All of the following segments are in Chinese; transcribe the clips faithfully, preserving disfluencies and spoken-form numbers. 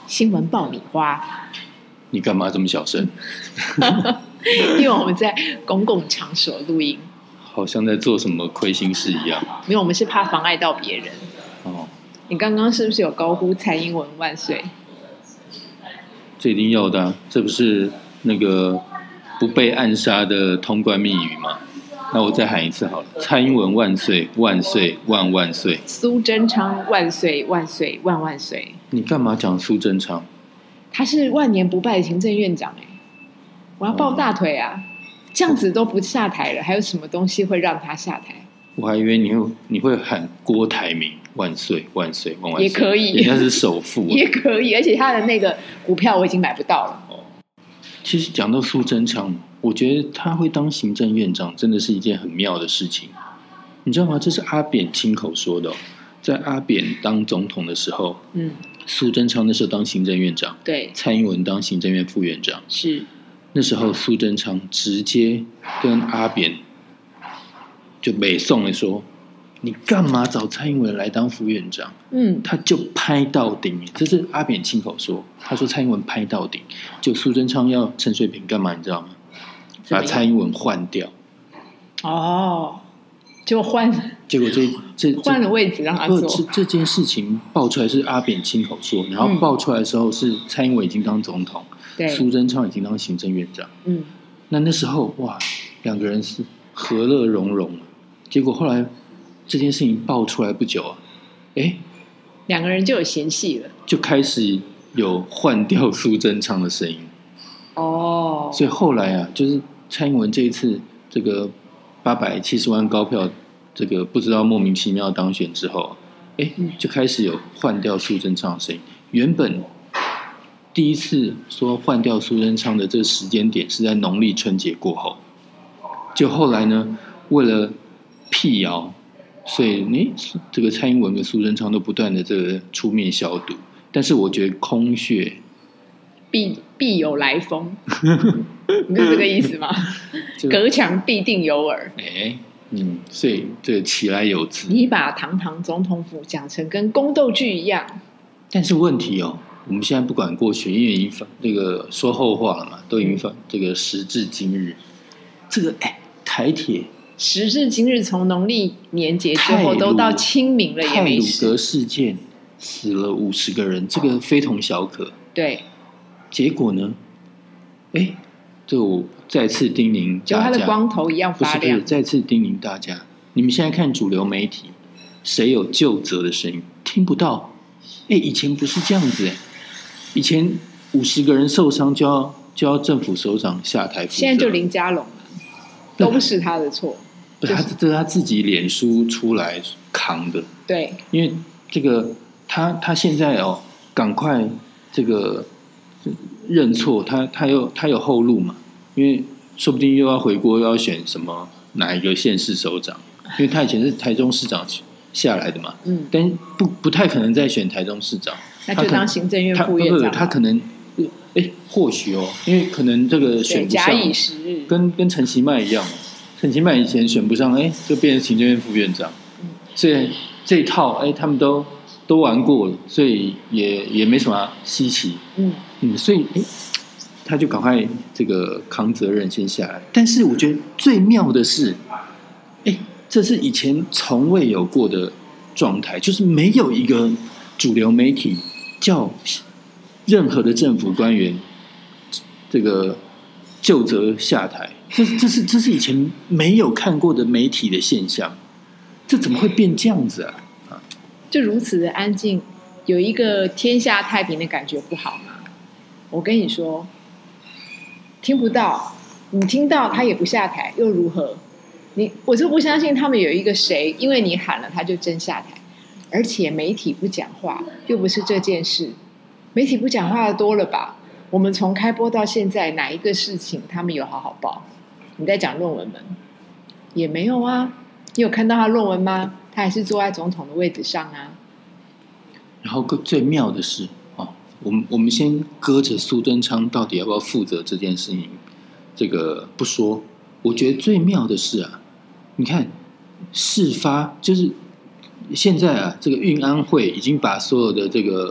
新闻爆米花。 你干嘛这么小声？ 因为我们在公共场所录音， 好像在做什么亏心事一样。 没有，我们是怕妨碍到别人。 哦， 你刚刚是不是有高呼蔡英文万岁？ 这一定要的、啊，这不是那个不被暗杀的通关密语吗？那我再喊一次好了，蔡英文万岁万岁万万岁， 苏贞昌万岁万岁万万岁。 你干嘛讲苏贞昌？ 他是万年不败的行政院长哎、欸，我要抱大腿啊！哦、这样子都不下台了，还有什么东西会让他下台？ 我还以为你会你会喊郭台铭万岁万岁万万岁， 也可以， 人家是首富， 也可以，而且他的那个股票我已经买不到了。 哦，其实讲到苏贞昌，我觉得他会当行政院长，真的是一件很妙的事情。你知道吗？这是阿扁亲口说的、哦，在阿扁当总统的时候，嗯，苏贞昌那时候当行政院长， 对， 蔡英文当行政院副院长， 是那时候苏贞昌直接跟阿扁就北宋的说：“你干嘛找蔡英文来当副院长？”嗯，他就拍到顶，这是阿扁亲口说。他说蔡英文拍到顶，就苏贞昌要陈水扁干嘛？你知道吗？把蔡英文换掉。 哦，就换， 结果这这换了位置让他做。 这这件事情爆出来是阿扁亲口说，然后爆出来的时候是蔡英文已经当总统， 对， 苏贞昌已经当行政院长。 嗯， 那那时候哇，两个人是和乐融融。结果后来这件事情爆出来不久啊，哎， 两个人就有嫌隙了， 就开始有换掉苏贞昌的声音。 哦， 所以后来啊，就是蔡英文这一次这个八百七十万高票，这个不知道莫名其妙当选之后，哎，就开始有换掉苏贞昌的声音。原本第一次说换掉苏贞昌的这个时间点是在农历春节过后，就后来呢，为了辟谣，所以你这个蔡英文跟苏贞昌都不断的这个出面消毒，但是我觉得空穴必必有来风，你是这个意思吗？隔墙必定有耳。 哎，嗯，所以这个其来有自。 你把堂堂总统府讲成跟宫斗剧一样， 但是问题哦，我们现在不管过去，因为已经这个说后话了嘛，都已经放这个时至今日，这个哎台铁。 时至今日，从农历年节之后都到清明了，也没事。 太鲁阁事件死了五十个人，这个非同小可。 对， 结果呢？哎，这我再次叮咛大家， 就他的光头一样发亮。 不是不是，再次叮咛大家，你们现在看主流媒体，谁有究责的声音？听不到。哎，以前不是这样子哎，以前五十个人受伤就要就要政府首长下台负责， 现在就林佳龙了，都是他的错。 他这是他自己脸书出来扛的， 对， 因为这个他他现在哦，赶快这个认错，他他有他有后路嘛，因为说不定又要回国，又要选什么哪一个县市首长，因为他以前是台中市长下来的嘛，嗯，但不不太可能再选台中市长， 那就当行政院副院长， 他可能。哎，或许哦，因为可能这个选不上， 假以时日， 跟跟陈其迈一样，陈其迈以前选不上，哎，就变成行政院副院长，嗯、所以这一套，哎，他们都都玩过了，所以也也没什么稀奇，嗯嗯，所以哎，他就赶快这个扛责任先下来。但是我觉得最妙的是，哎，这是以前从未有过的状态，就是没有一个主流媒体叫任何的政府官员这个就责下台，这这是这是以前没有看过的媒体的现象，这怎么会变这样子啊？啊就如此的安静，有一个天下太平的感觉不好吗？我跟你说，听不到，你听到他也不下台，又如何？你我就不相信他们有一个谁，因为你喊了他就真下台，而且媒体不讲话，又不是这件事。媒体不讲话的多了吧？我们从开播到现在，哪一个事情他们有好好报？你在讲论文吗？也没有啊。你有看到他论文吗？他还是坐在总统的位置上啊。 然后最妙的是，哦，我们我们先搁着苏贞昌到底要不要负责这件事情，这个不说。我觉得最妙的是啊，你看事发就是现在啊，这个运安会已经把所有的这个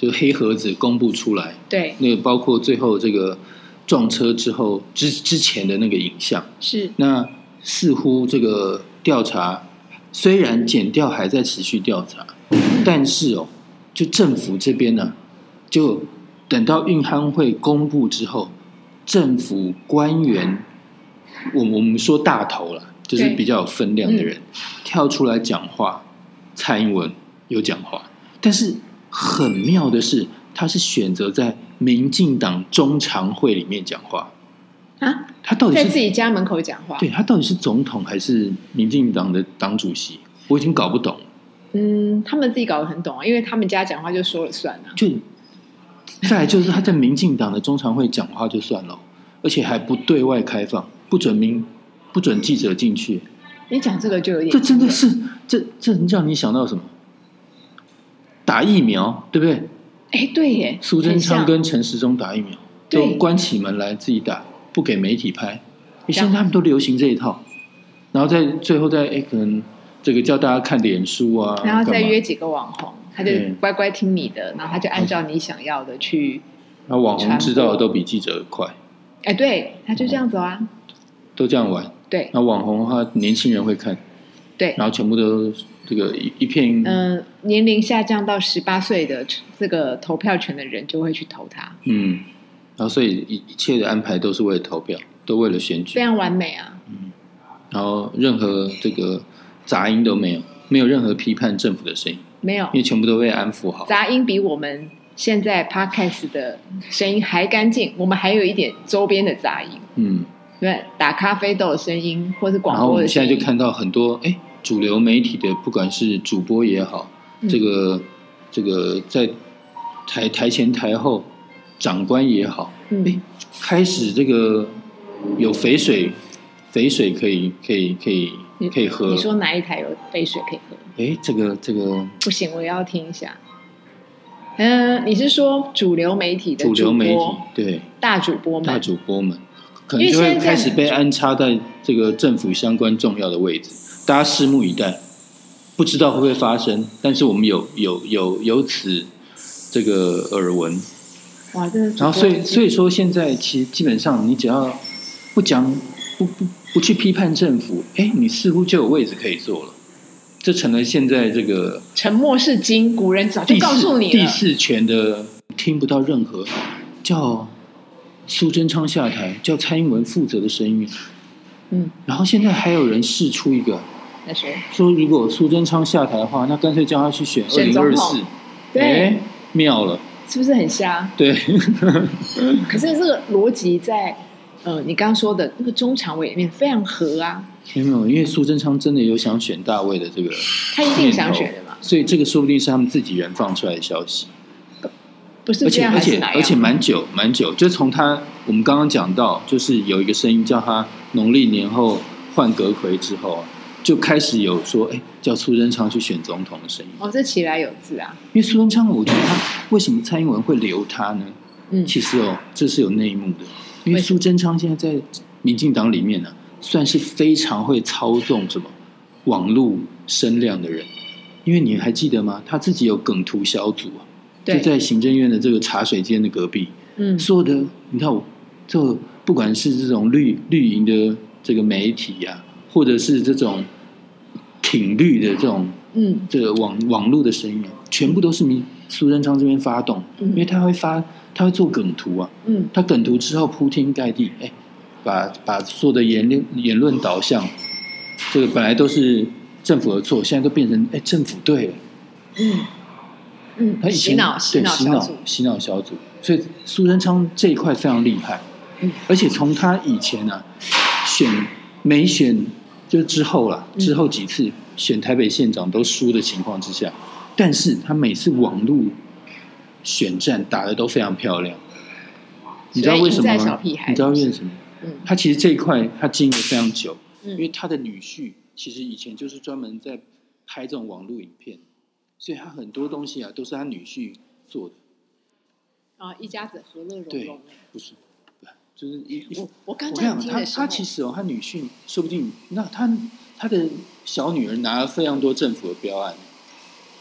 就黑盒子公布出来， 对， 那个包括最后这个撞车之后之之前的那个影像， 是那似乎这个调查虽然检调还在持续调查，但是哦，就政府这边呢、啊，就等到运夯会公布之后，政府官员，我我们说大头了，就是比较有分量的人、嗯、跳出来讲话，蔡英文有讲话，但是很妙的是，他是选择在民进党中常会里面讲话啊， 他到底是在自己家门口讲话， 对，他到底是总统还是民进党的党主席，我已经搞不懂。 嗯，他们自己搞得很懂啊，因为他们家讲话就说了算啊。 就再来就是他在民进党的中常会讲话就算了，而且还不对外开放，不准民不准记者进去。 你讲这个就有点， 这真的是这这让你想到什么？打疫苗，对不对？ 哎，对耶， 苏贞昌跟陈时中打疫苗，都关起门来自己打，不给媒体拍。现在他们都流行这一套，然后在最后再哎可能这个叫大家看脸书啊， 然后再约几个网红，他就乖乖听你的，然后他就按照你想要的去。 那网红知道的都比记者快。 哎，对，他就这样子啊， 都这样玩。 对， 那网红的话，年轻人会看， 对， 然后全部都这个一一片， 嗯、呃，年龄下降到十八岁的这个投票权的人就会去投他。 嗯，然后所以一一切的安排都是为了投票，都为了选举， 非常完美啊。 嗯，然后任何这个杂音都没有，没有任何批判政府的声音， 没有， 因为全部都被安抚好。 杂音比我们现在 podcast 的声音还干净，我们还有一点周边的杂音。嗯。对，打咖啡豆的声音，或是广播的声音。然后我们现在就看到很多哎，主流媒体的，不管是主播也好，嗯、这个这个在台台前台后，长官也好，嗯，哎，开始这个有肥水，肥水可以可以可以可以喝。 你说哪一台有肥水可以喝？ 哎，这个这个不行，我要听一下。嗯、呃，你是说主流媒体的主播？ 主流媒体对大主播们， 大主播们。可能就会开始被安插在这个政府相关重要的位置，大家拭目以待，不知道会不会发生，但是我们有有有有此这个耳闻。 哇，这然后所以所以说现在其实基本上你只要不讲不不不去批判政府，哎，你似乎就有位置可以坐了，这成了现在这个沉默是金，古人早就告诉你了， 第四权的听不到任何叫。苏贞昌下台，叫蔡英文负责的声音，嗯，然后现在还有人释出一个， 那谁说如果苏贞昌下台的话，那干脆叫他去选二零二四， 对， 妙了， 是不是很瞎？ 对， 可是这个逻辑在呃，你刚刚说的那个中常委里面非常合啊， 没有，因为苏贞昌真的有想选大卫的这个， 他一定想选的嘛， 所以这个说不定是他们自己人放出来的消息。 不是这样， 而且而且而且蛮久蛮久，就从他我们刚刚讲到，就是有一个声音叫他农历年后换阁揆之后，就开始有说，哎，叫苏贞昌去选总统的声音。 哦，这起来有字啊！ 因为苏贞昌，我觉得他为什么蔡英文会留他呢？嗯，其实哦，这是有内幕的。因为苏贞昌现在在民进党里面呢、啊，算是非常会操纵什么网络声量的人。因为你还记得吗？他自己有梗图小组啊。就在行政院的这个茶水间的隔壁，嗯，所有的你看我，这不管是这种绿绿营的这个媒体呀、啊，或者是这种挺绿的这种，嗯，这个网网络的声音啊，全部都是民苏贞昌这边发动，嗯，因为他会发，他会做梗图啊，嗯，他梗图之后铺天盖地，哎，把把所有的言论言论导向，这个本来都是政府的错，现在都变成哎政府对了，嗯。 嗯， 他以前洗脑洗脑小组，洗脑小组，所以苏贞昌这一块非常厉害。嗯，而且从他以前啊，选没选就之后啦，之后几次选台北县长都输的情况之下，但是他每次网路选战打得都非常漂亮。你知道为什么吗？你知道为什么？嗯，他其实这一块他经营非常久，因为他的女婿其实以前就是专门在拍这种网络影片。所以他很多东西啊，都是他女婿做的。 啊，一家子和乐融融。 对，不是，就是一我我刚讲他他其实哦，他女婿说不定，那他他的小女儿拿了非常多政府的标案，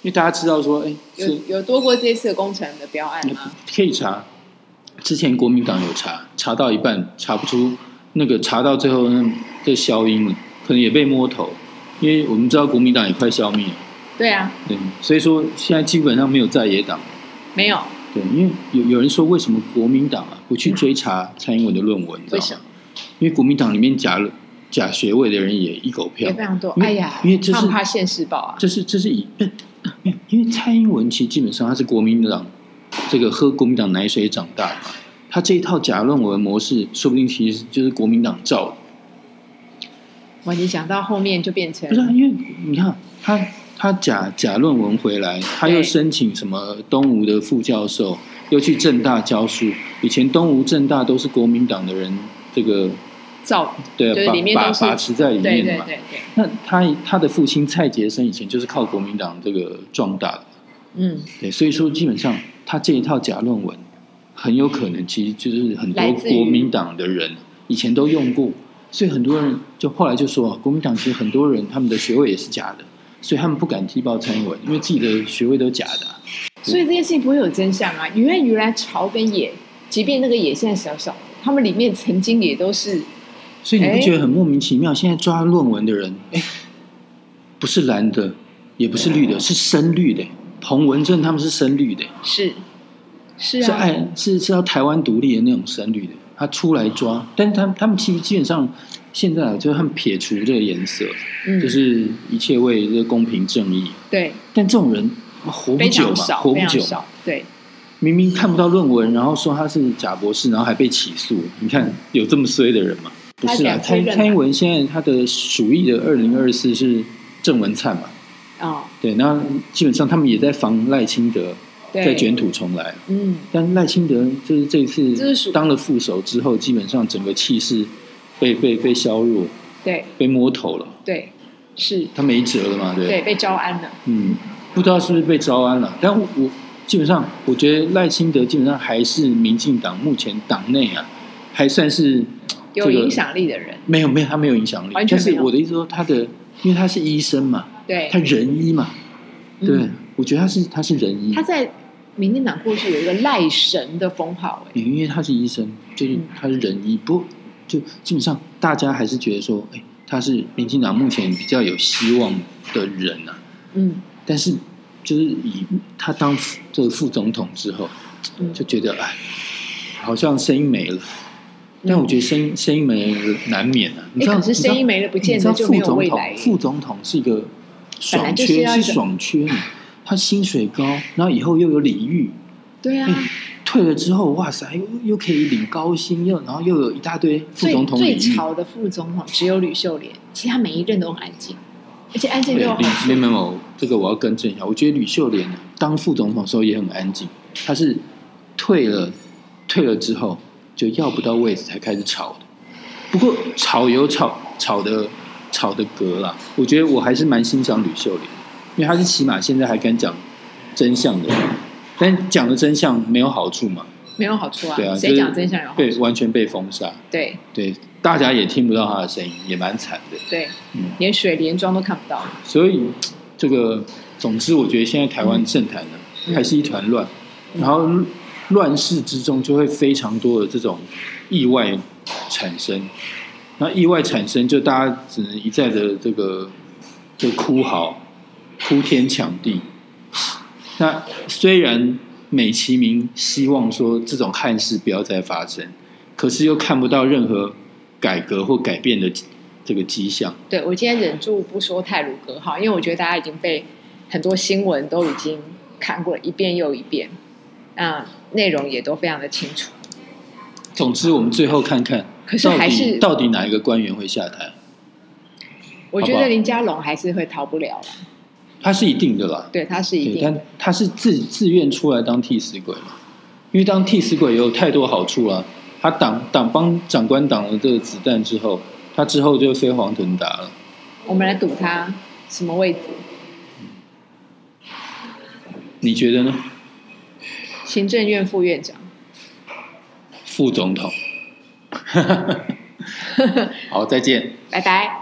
因为大家知道说，哎， 有有多过这次工程的标案吗？ 可以查，之前国民党有查，查到一半查不出，那个查到最后那这消音了，可能也被摸头，因为我们知道国民党也快消灭了。 对啊， 对，所以说现在基本上没有在野党。 没有。 对，因为有有人说，为什么国民党啊不去追查蔡英文的论文？ 为什么？ 因为国民党里面假假学位的人也一狗票， 也非常多。哎呀， 因为这是怕不怕现世报啊？ 这是这是以，因为蔡英文其实基本上他是国民党这个喝国民党奶水长大的嘛，他这一套假论文模式，说不定其实就是国民党造的。 哇，你讲到后面就变成不是、啊，因为你看他。他假假论文回来，他又申请什么东吴的副教授，又去政大教书。以前东吴政大都是国民党的人，这个造对就是里面都是把把持在里面的嘛。 对对对对。 那他他的父亲蔡杰生以前就是靠国民党这个壮大的， 嗯， 对，所以说基本上他这一套假论文很有可能其实就是很多国民党的人以前都用过，所以很多人就后来就说，国民党其实很多人他们的学位也是假的。所以他们不敢踢爆蔡英文，因为自己的学位都假的、啊。 所以这件事情不会有真相啊！原来原来朝跟野，即便那个野现在小小的，他们里面曾经也都是。 所以你不觉得很莫名其妙？现在抓论文的人，哎，不是蓝的，也不是绿的，是深绿的。彭文正他们是深绿的， 是是啊， 是爱是是要台湾独立的那种深绿的，他出来抓，但是他他们其实基本上。现在就是他们撇除这个颜色、嗯，就是一切为这个公平正义。 对， 但这种人活不久嘛，活不久。 对， 明明看不到论文，然后说他是假博士，然后还被起诉。你看有这么衰的人吗？不是啊，蔡蔡英文现在他的属意的二零二四是郑文灿嘛？ 哦， 对，那基本上他们也在防赖清德再卷土重来。 嗯， 但赖清德就是这次当了副手之后，基本上整个气势。被被被削弱， 对， 被摸头了， 对，是， 他没辙了嘛，对， 对，被招安了， 嗯，不知道是不是被招安了，但我基本上我觉得赖清德基本上还是民进党目前党内啊，还算是、 这个、有影响力的人， 没有没有他没有影响力， 完全没有。 但是我的意思说他的，因为他是医生嘛， 对， 他仁医嘛，对，嗯、我觉得他是他是仁医， 他在民进党过去有一个赖神的封号，哎， 因为他是医生，就是他是仁医，不。就基本上，大家还是觉得说，哎，他是民进党目前比较有希望的人啊。嗯。但是，就是以他当这个副总统之后，嗯、就觉得哎，好像声音没了。但我觉得声音声音没了难免啊。你知道， 可是声音没了，不见得就没有未来。 副总统是一个爽缺，是爽缺。他薪水高，然后以后又有礼遇。 对啊。 退了之后，哇塞，又又可以领高薪，又然后又有一大堆副总统礼遇。 最潮的副总统只有吕秀莲，其他每一任都很安静，而且安静又好。 没没有，这个我要更正一下。我觉得吕秀莲当副总统的时候也很安静，他是退了退了之后就要不到位置才开始吵的。不过吵有吵吵的吵的格啦，我觉得我还是蛮欣赏吕秀莲，因为他是起码现在还敢讲真相的人。但讲的真相没有好处嘛？ 没有好处啊！ 对啊， 谁讲真相有好处？ 对，完全被封杀。 对对，大家也听不到他的声音，也蛮惨的。 对，嗯，连水连庄都看不到。 所以这个，总之，我觉得现在台湾政坛呢、嗯、还是一团乱，嗯、然后乱世之中就会非常多的这种意外产生。那意外产生，就大家只能一再的这个就哭嚎、哭天抢地。那虽然美其名希望说这种憾事不要再发生，可是又看不到任何改革或改变的这个迹象。 对，我今天忍住不说太鲁阁号，因为我觉得大家已经被很多新闻都已经看过了一遍又一遍，那内容也都非常的清楚。 总之，我们最后看看， 可是还是到底到底哪一个官员会下台？ 我觉得林佳龙还是会逃不了了。 他是一定的啦， 对，他是一定的， 但他是自自愿出来当替死鬼嘛？因为当替死鬼也有太多好处了。他挡挡帮长官挡了这个子弹之后，他之后就飞黄腾达了。 我们来赌他什么位置？ 你觉得呢？ 行政院副院长、 副总统。好，再见， 拜拜。